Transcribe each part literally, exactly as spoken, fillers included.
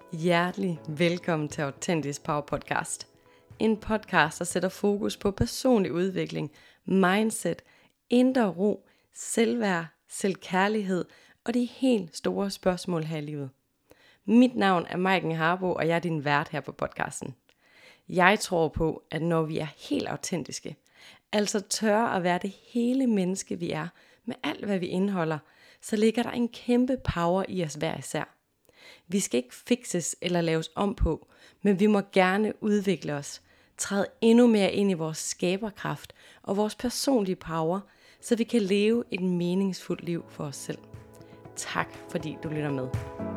Hjertelig velkommen til Autentisk Power Podcast. En podcast, der sætter fokus på personlig udvikling, mindset, indre ro, selvværd, selvkærlighed og de helt store spørgsmål her i livet. Mit navn er Maiken Harbo, og jeg er din vært her på podcasten. Jeg tror på, at når vi er helt autentiske, altså tør at være det hele menneske vi er, med alt hvad vi indeholder, så ligger der en kæmpe power i os hver især. Vi skal ikke fikses eller laves om på, men vi må gerne udvikle os, træde endnu mere ind i vores skaberkraft og vores personlige power, så vi kan leve et meningsfuldt liv for os selv. Tak fordi du lytter med.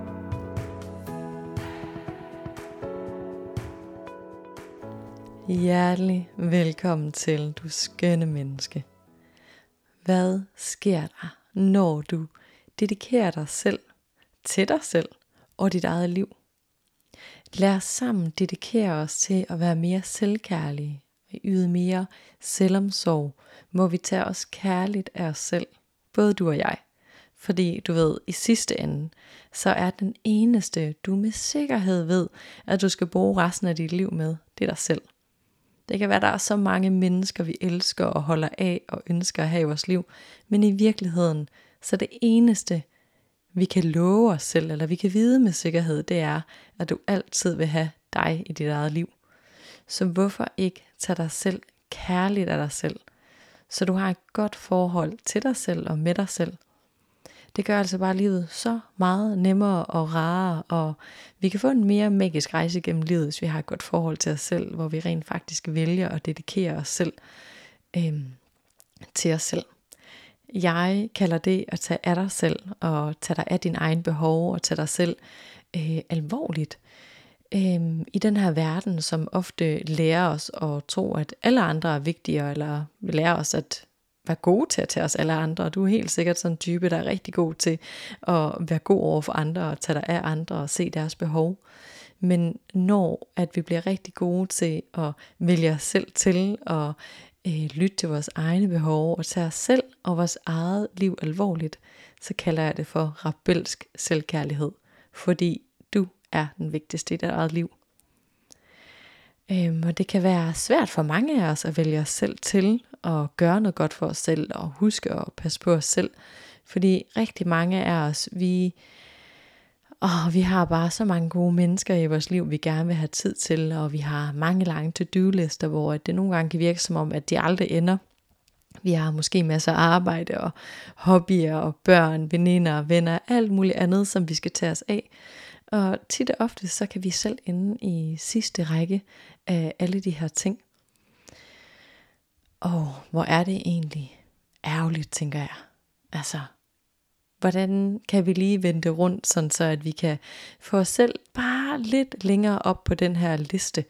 Hjertelig velkommen til, du skønne menneske. Hvad sker der, når du dedikerer dig selv til dig selv og dit eget liv? Lad os sammen dedikere os til at være mere selvkærlige og yde mere selvomsorg, hvor vi tager os kærligt af os selv, både du og jeg. Fordi du ved, i sidste ende, så er den eneste, du med sikkerhed ved, at du skal bruge resten af dit liv med, det er dig selv. Det kan være, at der er så mange mennesker, vi elsker og holder af og ønsker at have i vores liv, men i virkeligheden, så det eneste, vi kan love os selv, eller vi kan vide med sikkerhed, det er, at du altid vil have dig i dit eget liv. Så hvorfor ikke tage dig selv kærligt af dig selv, så du har et godt forhold til dig selv og med dig selv. Det gør altså bare livet så meget nemmere og rarere, og vi kan få en mere magisk rejse gennem livet, hvis vi har et godt forhold til os selv, hvor vi rent faktisk vælger at dedikere os selv øhm, til os selv. Jeg kalder det at tage af dig selv, og tage dig af din egen behov, og tage dig selv øh, alvorligt. Øhm, I den her verden, som ofte lærer os at tro, at alle andre er vigtigere, eller lærer os at være gode til at tage os alle andre. Og du er helt sikkert sådan en type, der er rigtig god til at være god over for andre, og tage dig af andre, og se deres behov. Men når at vi bliver rigtig gode til at vælge os selv til, og øh, lytte til vores egne behov, og tage os selv og vores eget liv alvorligt, så kalder jeg det for rebelsk selvkærlighed. Fordi du er den vigtigste i dit eget liv. Øhm, og det kan være svært for mange af os at vælge os selv til, og gøre noget godt for os selv, og huske at passe på os selv. Fordi rigtig mange af os, vi, åh, vi har bare så mange gode mennesker i vores liv, vi gerne vil have tid til, og vi har mange lange to-do-lister, hvor det nogle gange kan virke som om, at de aldrig ender. Vi har måske masser af arbejde, og hobbyer, og børn, veninder, venner, alt muligt andet, som vi skal tage os af. Og tit og ofte, så kan vi selv ende i sidste række af alle de her ting. Og hvor er det egentlig ærgerligt, tænker jeg. Altså, hvordan kan vi lige vende det rundt, sådan så at vi kan få os selv bare lidt længere op på den her liste.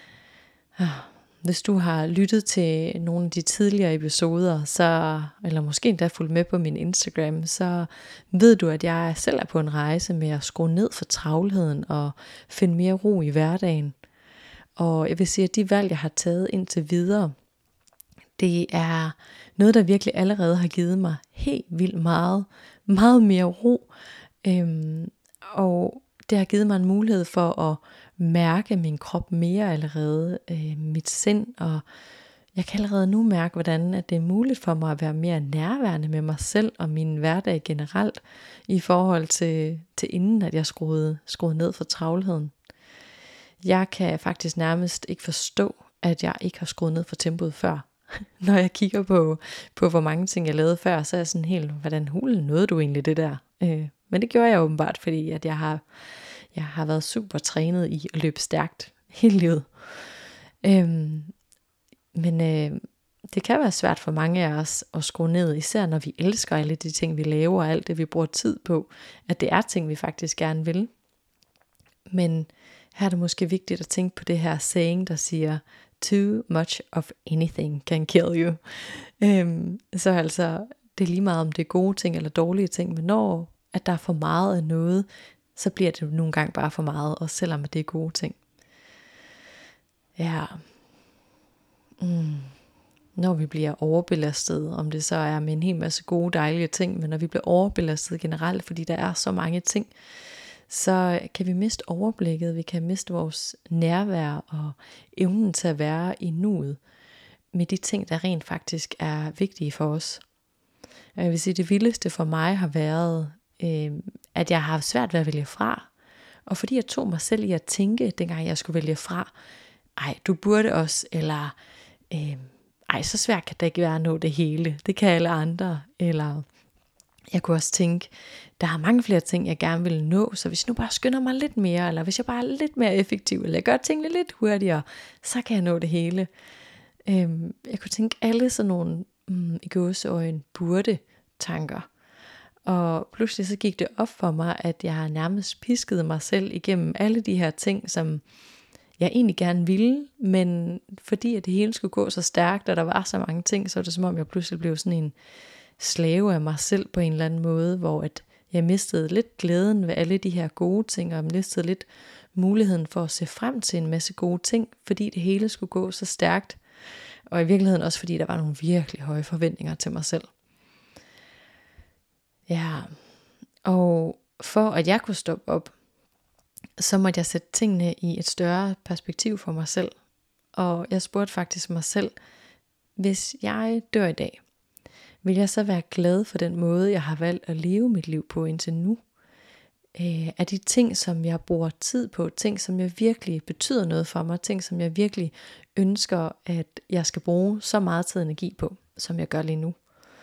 Hvis du har lyttet til nogle af de tidligere episoder, så, eller måske endda fulgt med på min Instagram, så ved du, at jeg selv er på en rejse med at skrue ned for travlheden og finde mere ro i hverdagen. Og jeg vil sige, at de valg, jeg har taget indtil videre, det er noget, der virkelig allerede har givet mig helt vildt meget, meget mere ro. Øhm, og det har givet mig en mulighed for at mærke min krop mere allerede, øh, mit sind, og jeg kan allerede nu mærke, hvordan at det er muligt for mig at være mere nærværende med mig selv og min hverdag generelt, i forhold til, til inden at jeg skruede, skruede ned for travlheden. Jeg kan faktisk nærmest ikke forstå, at jeg ikke har skruet ned for tempoet før. Når jeg kigger på, på hvor mange ting jeg lavede før, så er jeg sådan helt, hvordan hulen nåede du egentlig det der? Øh, men det gjorde jeg åbenbart, fordi at jeg har, jeg har været super trænet i at løbe stærkt hele livet. Øhm, men øh, det kan være svært for mange af os at skrue ned, især når vi elsker alle de ting vi laver, og alt det vi bruger tid på, at det er ting vi faktisk gerne vil. Men her er det måske vigtigt at tænke på det her saying, der siger, too much of anything can kill you. Øhm, så altså, det er lige meget om det er gode ting eller dårlige ting, men når at der er for meget af noget, så bliver det nogle gange bare for meget, også selvom det er gode ting. Ja. Mm. Når vi bliver overbelastet, om det så er med en hel masse gode, dejlige ting, men når vi bliver overbelastet generelt, fordi der er så mange ting, så kan vi miste overblikket, vi kan miste vores nærvær og evnen til at være i nuet med de ting, der rent faktisk er vigtige for os. Jeg vil sige, det vildeste for mig har været, øh, at jeg har haft svært ved at vælge fra. Og fordi jeg tog mig selv i at tænke, dengang jeg skulle vælge fra, ej, du burde også, eller øh, ej, så svært kan det ikke være at nå det hele. Det kan alle andre. Eller jeg kunne også tænke, der er mange flere ting, jeg gerne vil nå, så hvis jeg nu bare skynder mig lidt mere, eller hvis jeg bare er lidt mere effektiv, eller jeg gør tingene lidt hurtigere, så kan jeg nå det hele. Øh, jeg kunne tænke alle sådan nogle mm, i gåseøjne burde tanker. Og pludselig så gik det op for mig, at jeg har nærmest pisket mig selv igennem alle de her ting, som jeg egentlig gerne ville, men fordi at det hele skulle gå så stærkt, og der var så mange ting, så var det som om jeg pludselig blev sådan en slave af mig selv på en eller anden måde, hvor at jeg mistede lidt glæden ved alle de her gode ting, og jeg mistede lidt muligheden for at se frem til en masse gode ting, fordi det hele skulle gå så stærkt, og i virkeligheden også fordi der var nogle virkelig høje forventninger til mig selv. Ja, og for at jeg kunne stoppe op, så måtte jeg sætte tingene i et større perspektiv for mig selv. Og jeg spurgte faktisk mig selv, hvis jeg dør i dag, vil jeg så være glad for den måde, jeg har valgt at leve mit liv på indtil nu? Øh, er de ting, som jeg bruger tid på, ting, som jeg virkelig betyder noget for mig, ting, som jeg virkelig ønsker, at jeg skal bruge så meget tid og energi på, som jeg gør lige nu?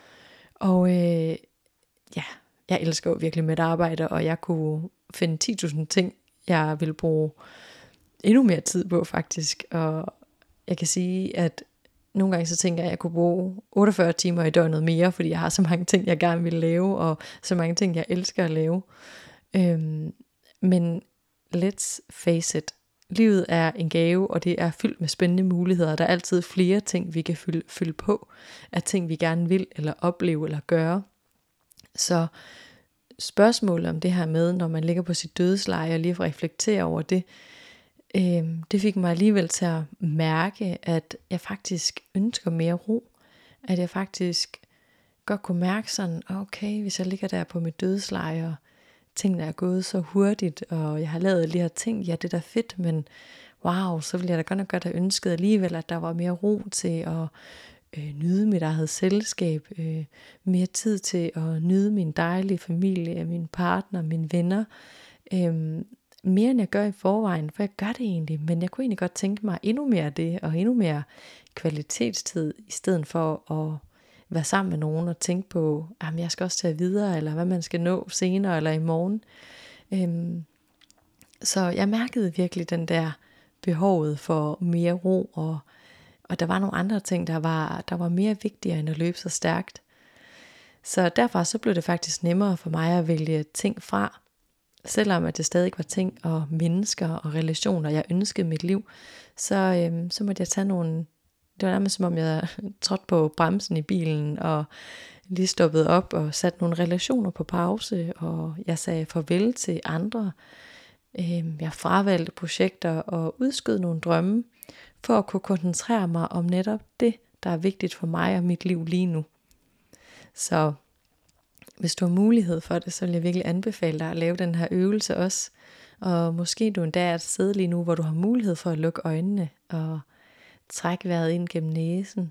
Og øh, ja, jeg elsker jo virkelig mit arbejde, og jeg kunne finde ti tusind ting, jeg vil bruge endnu mere tid på faktisk. Og jeg kan sige, at nogle gange så tænker jeg, at jeg kunne bruge otteogfyrre timer i døgnet mere, fordi jeg har så mange ting, jeg gerne vil lave, og så mange ting, jeg elsker at lave. Øhm, men let's face it, livet er en gave, og det er fyldt med spændende muligheder. Der er altid flere ting, vi kan fylde, fylde på, af ting, vi gerne vil, eller opleve, eller gøre. Så spørgsmålet om det her med, når man ligger på sit dødsleje og lige reflekterer over det, øh, det fik mig alligevel til at mærke, at jeg faktisk ønsker mere ro. At jeg faktisk godt kunne mærke sådan, okay, hvis jeg ligger der på mit dødsleje, og tingene er gået så hurtigt, og jeg har lavet alle de her ting, ja, det er da fedt, men wow, så ville jeg da godt nok godt have ønsket alligevel, at der var mere ro til at øh, nyde mit eget selskab, øh, mere tid til at nyde min dejlige familie, min partner, mine venner, øh, mere end jeg gør i forvejen, for jeg gør det egentlig, men jeg kunne egentlig godt tænke mig endnu mere af det, og endnu mere kvalitetstid, i stedet for at være sammen med nogen og tænke på, at jeg skal også tage videre, eller hvad man skal nå senere eller i morgen. Øh, så jeg mærkede virkelig den der behovet for mere ro, og Og der var nogle andre ting, der var, der var mere vigtigere end at løbe så stærkt. Så derfor så blev det faktisk nemmere for mig at vælge ting fra. Selvom at det stadig var ting og mennesker og relationer, jeg ønskede i mit liv, så, øhm, så måtte jeg tage nogle... Det var nærmest som om jeg trådte på bremsen i bilen og lige stoppede op og satte nogle relationer på pause. Og jeg sagde farvel til andre. Øhm, jeg fravalgte projekter og udskød nogle drømme, for at kunne koncentrere mig om netop det, der er vigtigt for mig og mit liv lige nu. Så hvis du har mulighed for det, så vil jeg virkelig anbefale dig at lave den her øvelse også. Og måske du endda er et sted lige nu, hvor du har mulighed for at lukke øjnene og trække vejret ind gennem næsen.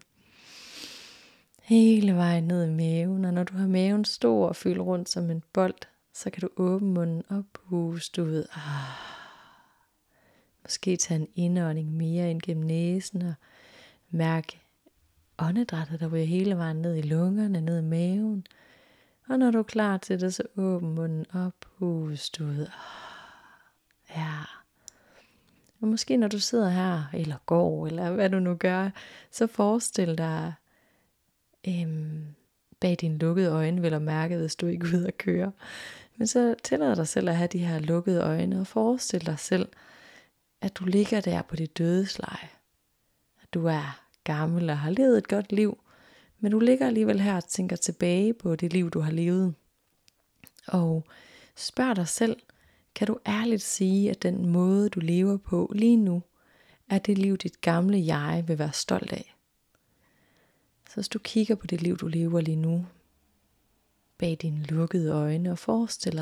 Hele vejen ned i maven, og når du har maven stor og fyldt rundt som en bold, så kan du åbne munden og puste ud. Ah. Måske tage en indånding mere ind gennem næsen og mærke åndedrættet, der ryger hele vejen ned i lungerne, ned i maven. Og når du er klar til det, så åbn munden op, pust ud. Ja. Og måske når du sidder her, eller går, eller hvad du nu gør, så forestil dig øhm, bag dine lukkede øjne, vel at mærke, hvis du ikke er ude at køre. Men så tillad dig selv at have de her lukkede øjne, og forestil dig selv, at du ligger der på dit dødsleje. At du er gammel og har levet et godt liv, men du ligger alligevel her og tænker tilbage på det liv, du har levet. Og spørg dig selv, kan du ærligt sige, at den måde, du lever på lige nu, er det liv, dit gamle jeg vil være stolt af? Så hvis du kigger på det liv, du lever lige nu, bag dine lukkede øjne, og forestiller dig,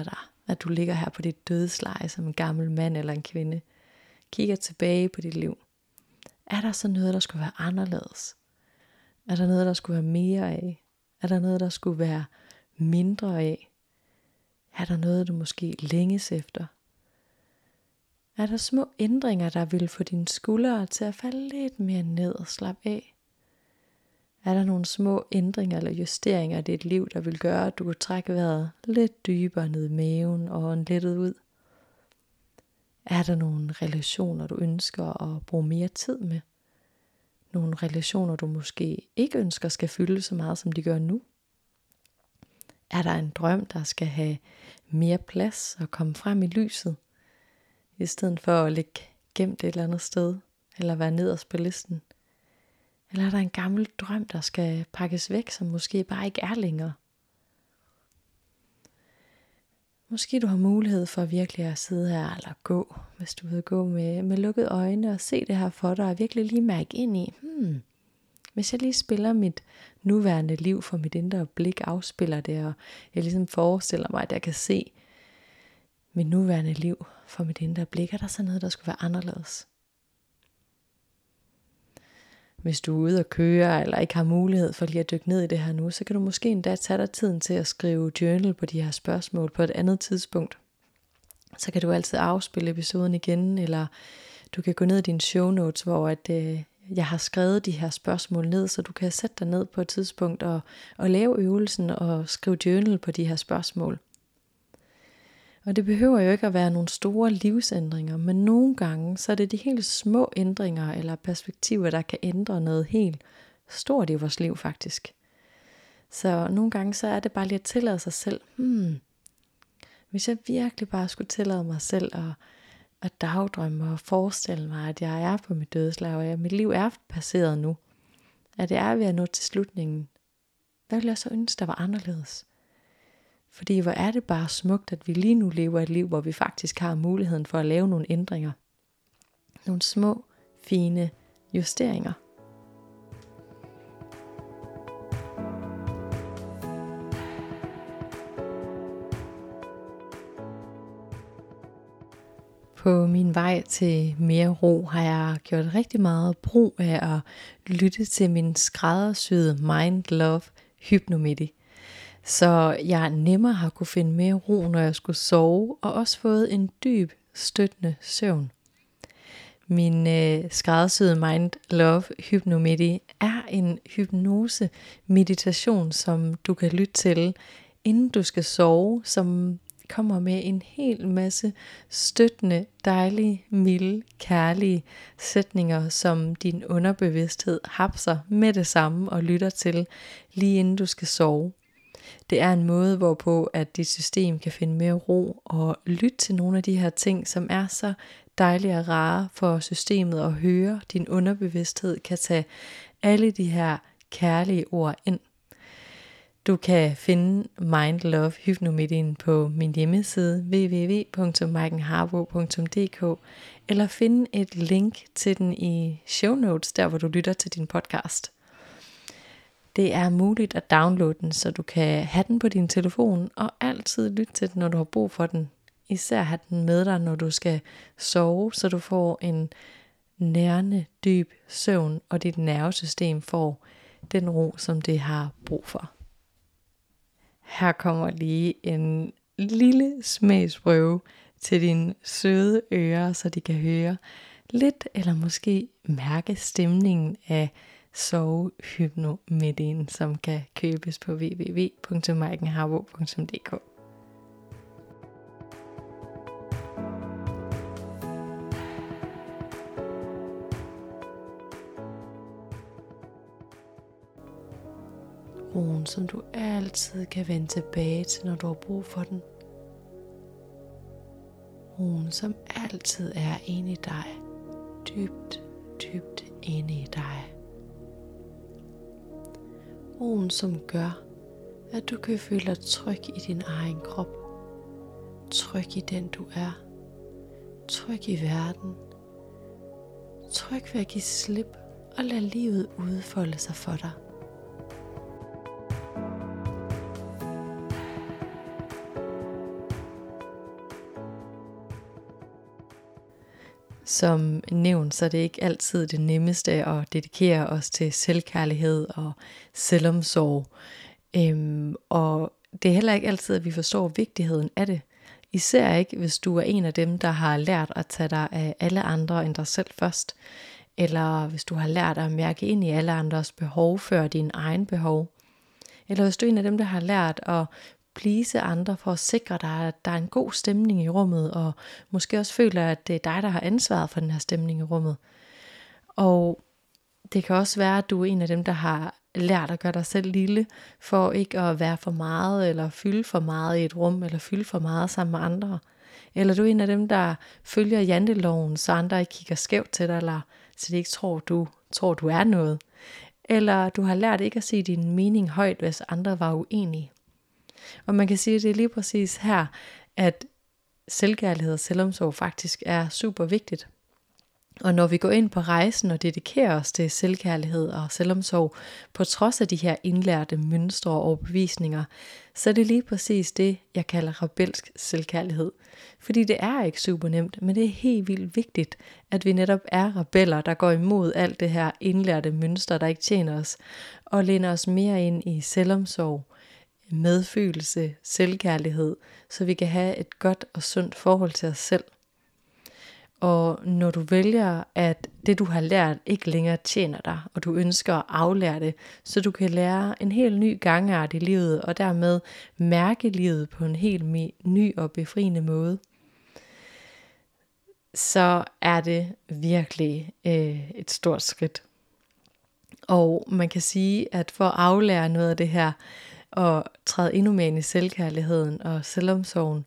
at du ligger her på dit dødsleje som en gammel mand eller en kvinde, kigger tilbage på dit liv. Er der så noget, der skulle være anderledes? Er der noget, der skulle være mere af? Er der noget, der skulle være mindre af? Er der noget, du måske længes efter? Er der små ændringer, der vil få dine skuldre til at falde lidt mere ned og slappe af? Er der nogle små ændringer eller justeringer i dit liv, der vil gøre, at du kan trække vejret lidt dybere ned i maven og lettet ud? Er der nogle relationer, du ønsker at bruge mere tid med? Nogle relationer, du måske ikke ønsker skal fylde så meget, som de gør nu? Er der en drøm, der skal have mere plads og komme frem i lyset, i stedet for at ligge gemt et eller andet sted, eller være nederst på listen? Eller er der en gammel drøm, der skal pakkes væk, som måske bare ikke er længere? Måske du har mulighed for virkelig at sidde her eller gå, hvis du vil gå med, med lukkede øjne og se det her for dig, og virkelig lige mærke ind i, hmm, hvis jeg lige spiller mit nuværende liv for mit indre blik, afspiller det, og jeg ligesom forestiller mig, at jeg kan se mit nuværende liv for mit indre blik, er der så noget, der skulle være anderledes? Hvis du er ude at køre, eller ikke har mulighed for lige at dykke ned i det her nu, så kan du måske endda tage dig tiden til at skrive journal på de her spørgsmål på et andet tidspunkt. Så kan du altid afspille episoden igen, eller du kan gå ned i dine show notes, hvor at, øh, jeg har skrevet de her spørgsmål ned, så du kan sætte dig ned på et tidspunkt og, og lave øvelsen og skrive journal på de her spørgsmål. Og det behøver jo ikke at være nogle store livsændringer, men nogle gange så er det de helt små ændringer eller perspektiver, der kan ændre noget helt stort i vores liv faktisk. Så nogle gange så er det bare lige at tillade sig selv, hmm, hvis jeg virkelig bare skulle tillade mig selv at, at dagdrømme og forestille mig, at jeg er på mit dødsleje, og at mit liv er passeret nu, at det er ved at nå til slutningen, hvad ville jeg så ønske, der var anderledes? Fordi hvor er det bare smukt, at vi lige nu lever et liv, hvor vi faktisk har muligheden for at lave nogle ændringer. Nogle små, fine justeringer. På min vej til mere ro har jeg gjort rigtig meget brug af at lytte til min skræddersyede Mind Love Hypnomedi. Så jeg nemmere har kunne finde mere ro, når jeg skulle sove, og også fået en dyb, støttende søvn. Min øh, skræddersyede Mind Love Hypnomedi er en hypnose meditation, som du kan lytte til, inden du skal sove, som kommer med en hel masse støttende, dejlige, milde, kærlige sætninger, som din underbevidsthed hapser med det samme og lytter til, lige inden du skal sove. Det er en måde, hvorpå at dit system kan finde mere ro og lytte til nogle af de her ting, som er så dejlige og rare for systemet at høre. Din underbevidsthed kan tage alle de her kærlige ord ind. Du kan finde Mind Love Hypnomedien på min hjemmeside w w w punktum maiken harbo punktum d k eller finde et link til den i show notes, der hvor du lytter til din podcast. Det er muligt at downloade den, så du kan have den på din telefon og altid lytte til den, når du har brug for den. Især have den med dig, når du skal sove, så du får en nærende, dyb søvn, og dit nervesystem får den ro, som det har brug for. Her kommer lige en lille smagsprøve til dine søde ører, så de kan høre lidt eller måske mærke stemningen af sovehypnomedien, som kan købes på w w w punktum maiken harbo punktum d k. Roen, som du altid kan vende tilbage til, når du har brug for den. Roen, som altid er inde i dig. Dybt, dybt inde i dig. Roen, som gør, at du kan føle dig tryg i din egen krop. Tryg i den du er. Tryg i verden. Tryg ved at give slip og lade livet udfolde sig for dig. Som nævnt, så er det ikke altid det nemmeste at dedikere os til selvkærlighed og selvomsorg. Øhm, og det er heller ikke altid, at vi forstår vigtigheden af det. Især ikke, hvis du er en af dem, der har lært at tage dig af alle andre end dig selv først. Eller hvis du har lært at mærke ind i alle andres behov før din egen behov. Eller hvis du er en af dem, der har lært at please andre for at sikre dig, at der er en god stemning i rummet, og måske også føler, at det er dig, der har ansvaret for den her stemning i rummet. Og det kan også være, at du er en af dem, der har lært at gøre dig selv lille, for ikke at være for meget, eller fylde for meget i et rum, eller fylde for meget sammen med andre. Eller du er en af dem, der følger janteloven, så andre ikke kigger skævt til dig, eller så de ikke tror, du tror, du er noget. Eller du har lært ikke at sige din mening højt, hvis andre var uenige. Og man kan sige, at det er lige præcis her, at selvkærlighed og selvomsorg faktisk er super vigtigt. Og når vi går ind på rejsen og dedikerer os til selvkærlighed og selvomsorg, på trods af de her indlærte mønstre og overbevisninger, så er det lige præcis det, jeg kalder rebelsk selvkærlighed. Fordi det er ikke super nemt, men det er helt vildt vigtigt, at vi netop er rebeller, der går imod alt det her indlærte mønstre, der ikke tjener os, og læner os mere ind i selvomsorg, medfølelse, selvkærlighed, så vi kan have et godt og sundt forhold til os selv. Og når du vælger, at det du har lært ikke længere tjener dig, og du ønsker at aflære det, så du kan lære en helt ny gangart i livet, og dermed mærke livet på en helt ny og befriende måde, så er det virkelig øh, et stort skridt. Og man kan sige, at for at aflære noget af det her, og træde endnu mere ind i selvkærligheden og selvomsorgen,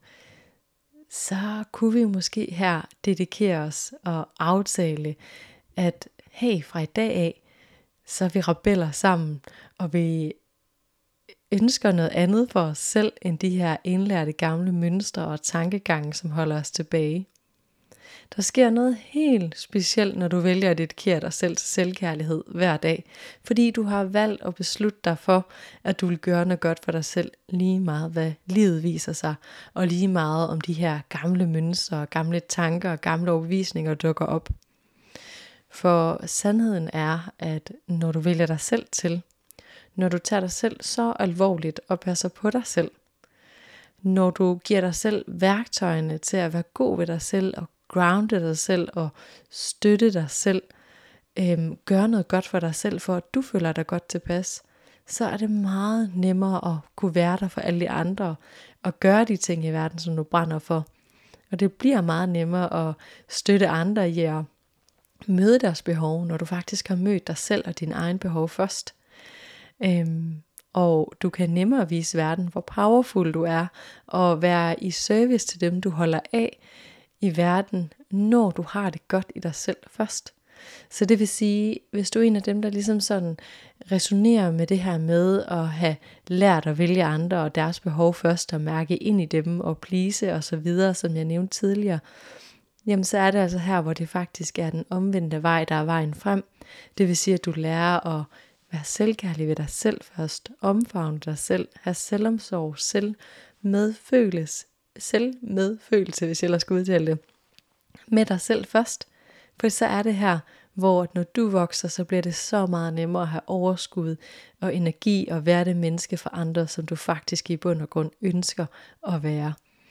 så kunne vi måske her dedikere os og aftale, at hey, fra i dag af, så er vi rebeller sammen, og vi ønsker noget andet for os selv, end de her indlærte gamle mønstre og tankegange, som holder os tilbage. Der sker noget helt specielt, når du vælger at dedikere dig selv til selvkærlighed hver dag, fordi du har valgt at beslutte dig for, at du vil gøre noget godt for dig selv, lige meget hvad livet viser sig, og lige meget om de her gamle mønstre, gamle tanker og gamle overbevisninger dukker op. For sandheden er, at når du vælger dig selv til, når du tager dig selv så alvorligt og passer på dig selv, når du giver dig selv værktøjerne til at være god ved dig selv og grounde dig selv og støtte dig selv, øhm, gøre noget godt for dig selv, for at du føler dig godt tilpas, så er det meget nemmere at kunne være der for alle de andre, og gøre de ting i verden, som du brænder for. Og det bliver meget nemmere at støtte andre i at møde deres behov, når du faktisk har mødt dig selv og dine egne behov først. Øhm, og du kan nemmere vise verden, hvor powerful du er, og være i service til dem, du holder af i verden, når du har det godt i dig selv først. Så det vil sige, hvis du er en af dem, der ligesom sådan resonerer med det her med at have lært at vælge andre og deres behov først, og mærke ind i dem og please og så videre, som jeg nævnte tidligere, jamen så er det altså her, hvor det faktisk er den omvendte vej, der er vejen frem. Det vil sige, at du lærer at være selvkærlig ved dig selv først, omfavne dig selv, have selvomsorg, selvmedfølelse, selvmedfølelse, hvis jeg ellers skal udtale det, med dig selv først. For så er det her, hvor når du vokser, så bliver det så meget nemmere at have overskud og energi og være det menneske for andre, som du faktisk i bund og grund ønsker at være.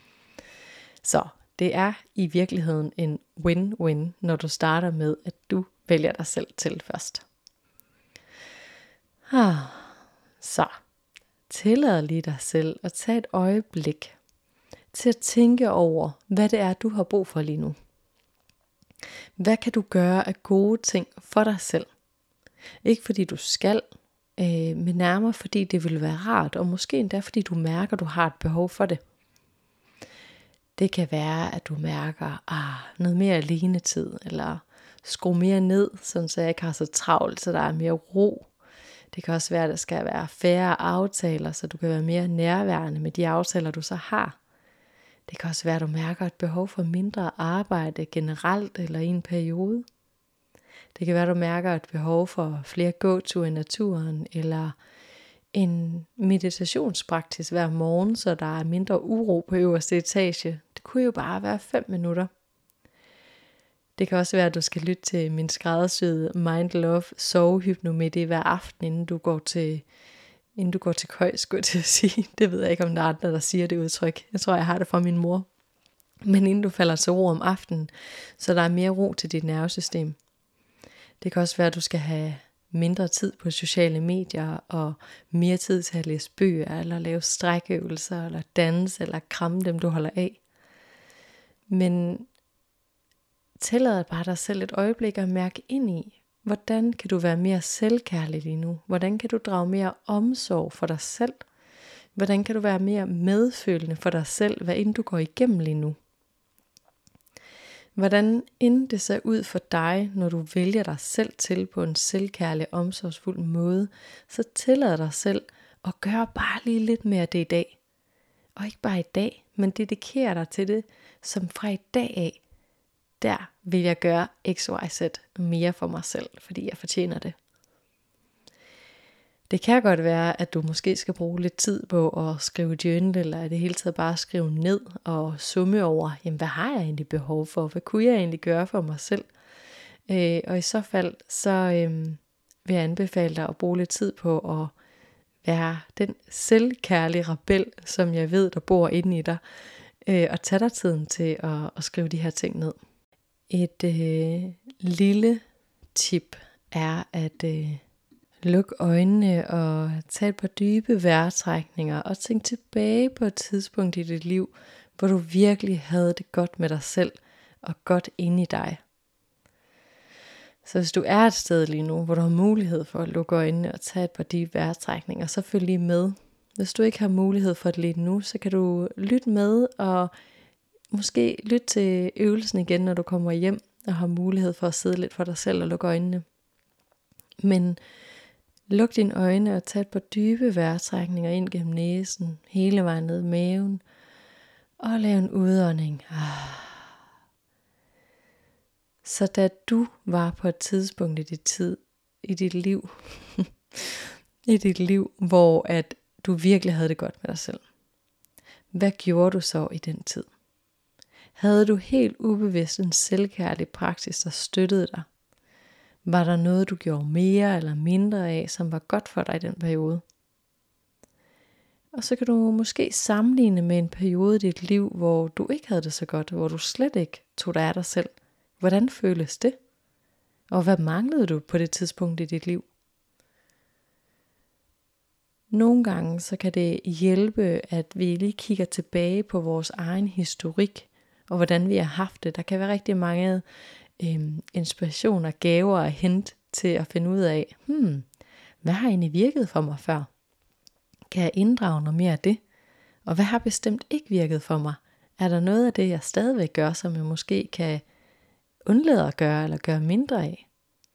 Så det er i virkeligheden en win-win, når du starter med, at du vælger dig selv til først. Ah, så tillad lige dig selv at tage et øjeblik til at tænke over, hvad det er, du har brug for lige nu. Hvad kan du gøre af gode ting for dig selv? Ikke fordi du skal, øh, men nærmere fordi det vil være rart, og måske endda fordi du mærker, at du har et behov for det. Det kan være, at du mærker ah, noget mere alenetid, eller skru mere ned, sådan så jeg ikke har så travlt, så der er mere ro. Det kan også være, at der skal være færre aftaler, så du kan være mere nærværende med de aftaler, du så har. Det kan også være, at du mærker et behov for mindre arbejde generelt eller i en periode. Det kan være, at du mærker et behov for flere gåture i naturen, eller en meditationspraksis hver morgen, så der er mindre uro på øverste etage. Det kunne jo bare være fem minutter. Det kan også være, at du skal lytte til min skræddersyede Mind Love sovehypnomedi hver aften, inden du går til, inden du går til køj, skulle jeg til at sige. Det ved jeg ikke, om der er andre, der siger det udtryk. Jeg tror, jeg har det fra min mor. Men inden du falder til ro om aftenen, så der er mere ro til dit nervesystem. Det kan også være, at du skal have mindre tid på sociale medier, og mere tid til at læse bøger, eller lave strækøvelser, eller danse, eller kramme dem, du holder af. Men tillad bare dig selv et øjeblik at mærke ind i, hvordan kan du være mere selvkærlig lige nu? Hvordan kan du drage mere omsorg for dig selv? Hvordan kan du være mere medfølende for dig selv, hvad end du går igennem lige nu? Hvordan end det ser ud for dig, når du vælger dig selv til på en selvkærlig, omsorgsfuld måde, så tillad dig selv at gøre bare lige lidt mere det i dag. Og ikke bare i dag, men dedikere dig til det, som fra i dag af, der vil jeg gøre X Y Z mere for mig selv, fordi jeg fortjener det. Det kan godt være, at du måske skal bruge lidt tid på at skrive journal, eller i det hele taget bare skrive ned og summe over, jamen hvad har jeg egentlig behov for? Hvad kunne jeg egentlig gøre for mig selv? Øh, og i så fald, så øh, vil jeg anbefale dig at bruge lidt tid på at være den selvkærlige rebel, som jeg ved, der bor inde i dig, øh, og tage dig tiden til at, at skrive de her ting ned. Et øh, lille tip er at øh, lukke øjnene og tage et par dybe vejrtrækninger og tænk tilbage på et tidspunkt i dit liv, hvor du virkelig havde det godt med dig selv og godt inde i dig. Så hvis du er et sted lige nu, hvor du har mulighed for at lukke øjnene og tage et par dybe vejrtrækninger, så følg lige med. Hvis du ikke har mulighed for det lige nu, så kan du lytte med og måske lytte til øvelsen igen, når du kommer hjem og har mulighed for at sidde lidt for dig selv og lukke øjnene. Men luk dine øjne og tag et par dybe vejrtrækninger ind gennem næsen, hele vejen ned i maven, og lav en udånding. Så da du var på et tidspunkt i dit tid, i dit liv, i dit liv, hvor at du virkelig havde det godt med dig selv, hvad gjorde du så i den tid? Havde du helt ubevidst en selvkærlig praksis, der støttede dig? Var der noget, du gjorde mere eller mindre af, som var godt for dig i den periode? Og så kan du måske sammenligne med en periode i dit liv, hvor du ikke havde det så godt, hvor du slet ikke tog dig af dig selv. Hvordan føles det? Og hvad manglede du på det tidspunkt i dit liv? Nogle gange så kan det hjælpe, at vi lige kigger tilbage på vores egen historik, og hvordan vi har haft det. Der kan være rigtig mange øh, inspirationer, gaver at hente til at finde ud af, hmm, hvad har egentlig virket for mig før? Kan jeg inddrage noget mere af det? Og hvad har bestemt ikke virket for mig? Er der noget af det, jeg stadigvæk gør, som jeg måske kan undlade at gøre, eller gøre mindre af?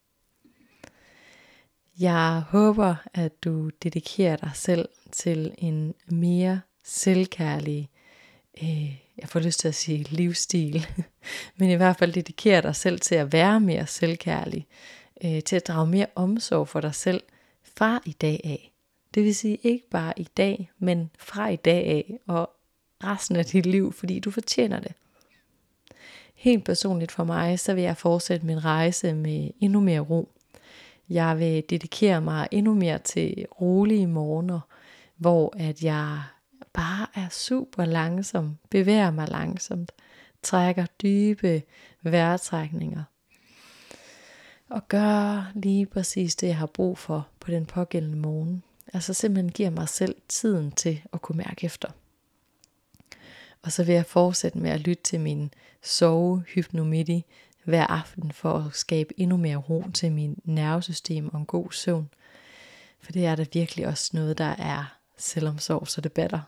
Jeg håber, at du dedikerer dig selv til en mere selvkærlig, øh, jeg får lyst til at sige livsstil, men i hvert fald dedikerer dig selv til at være mere selvkærlig, øh, til at drage mere omsorg for dig selv fra i dag af. Det vil sige ikke bare i dag, men fra i dag af og resten af dit liv, fordi du fortjener det. Helt personligt for mig, så vil jeg fortsætte min rejse med endnu mere ro. Jeg vil dedikere mig endnu mere til rolige morgener, hvor at jeg bare er super langsom, bevæger mig langsomt, trækker dybe vejrtrækninger og gør lige præcis det, jeg har brug for på den pågældende morgen. Altså simpelthen giver mig selv tiden til at kunne mærke efter. Og så vil jeg fortsætte med at lytte til min sovehypnomedi hver aften for at skabe endnu mere ro til min nervesystem og en god søvn. For det er da virkelig også noget, der er selvomsorg, så det batter.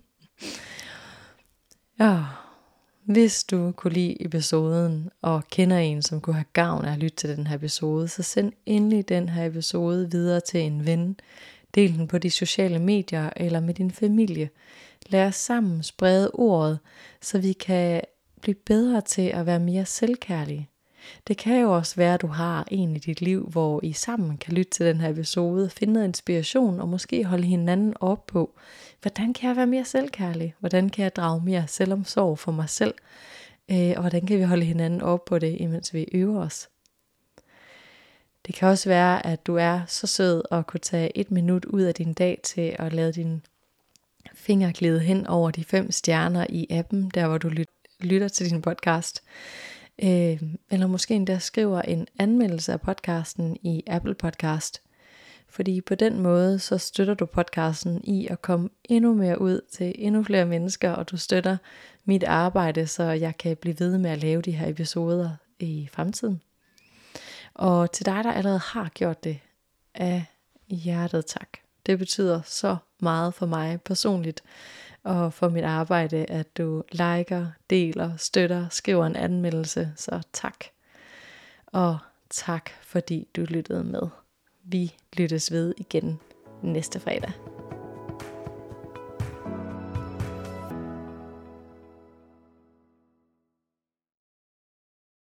Ja, hvis du kunne lide episoden og kender en, som kunne have gavn af at lytte til den her episode, så send endelig den her episode videre til en ven. Del den på de sociale medier eller med din familie. Lad os sammen sprede ordet, så vi kan blive bedre til at være mere selvkærlige. Det kan jo også være, at du har en i dit liv, hvor I sammen kan lytte til den her episode, finde noget inspiration og måske holde hinanden op på, hvordan kan jeg være mere selvkærlig? Hvordan kan jeg drage mere selvomsorg for mig selv? Øh, og hvordan kan vi holde hinanden op på det, imens vi øver os. Det kan også være, at du er så sød og kunne tage et minut ud af din dag til at lade din finger glide hen over de fem stjerner i appen, der hvor du lytter til din podcast. Øh, eller måske endda skriver en anmeldelse af podcasten i Apple Podcast. Fordi på den måde, så støtter du podcasten i at komme endnu mere ud til endnu flere mennesker, og du støtter mit arbejde, så jeg kan blive ved med at lave de her episoder i fremtiden. Og til dig, der allerede har gjort det, af hjertet tak. Det betyder så meget for mig personligt, og for mit arbejde, at du liker, deler, støtter, skriver en anmeldelse, så tak. Og tak, fordi du lyttede med. Vi lyttes ved igen næste fredag.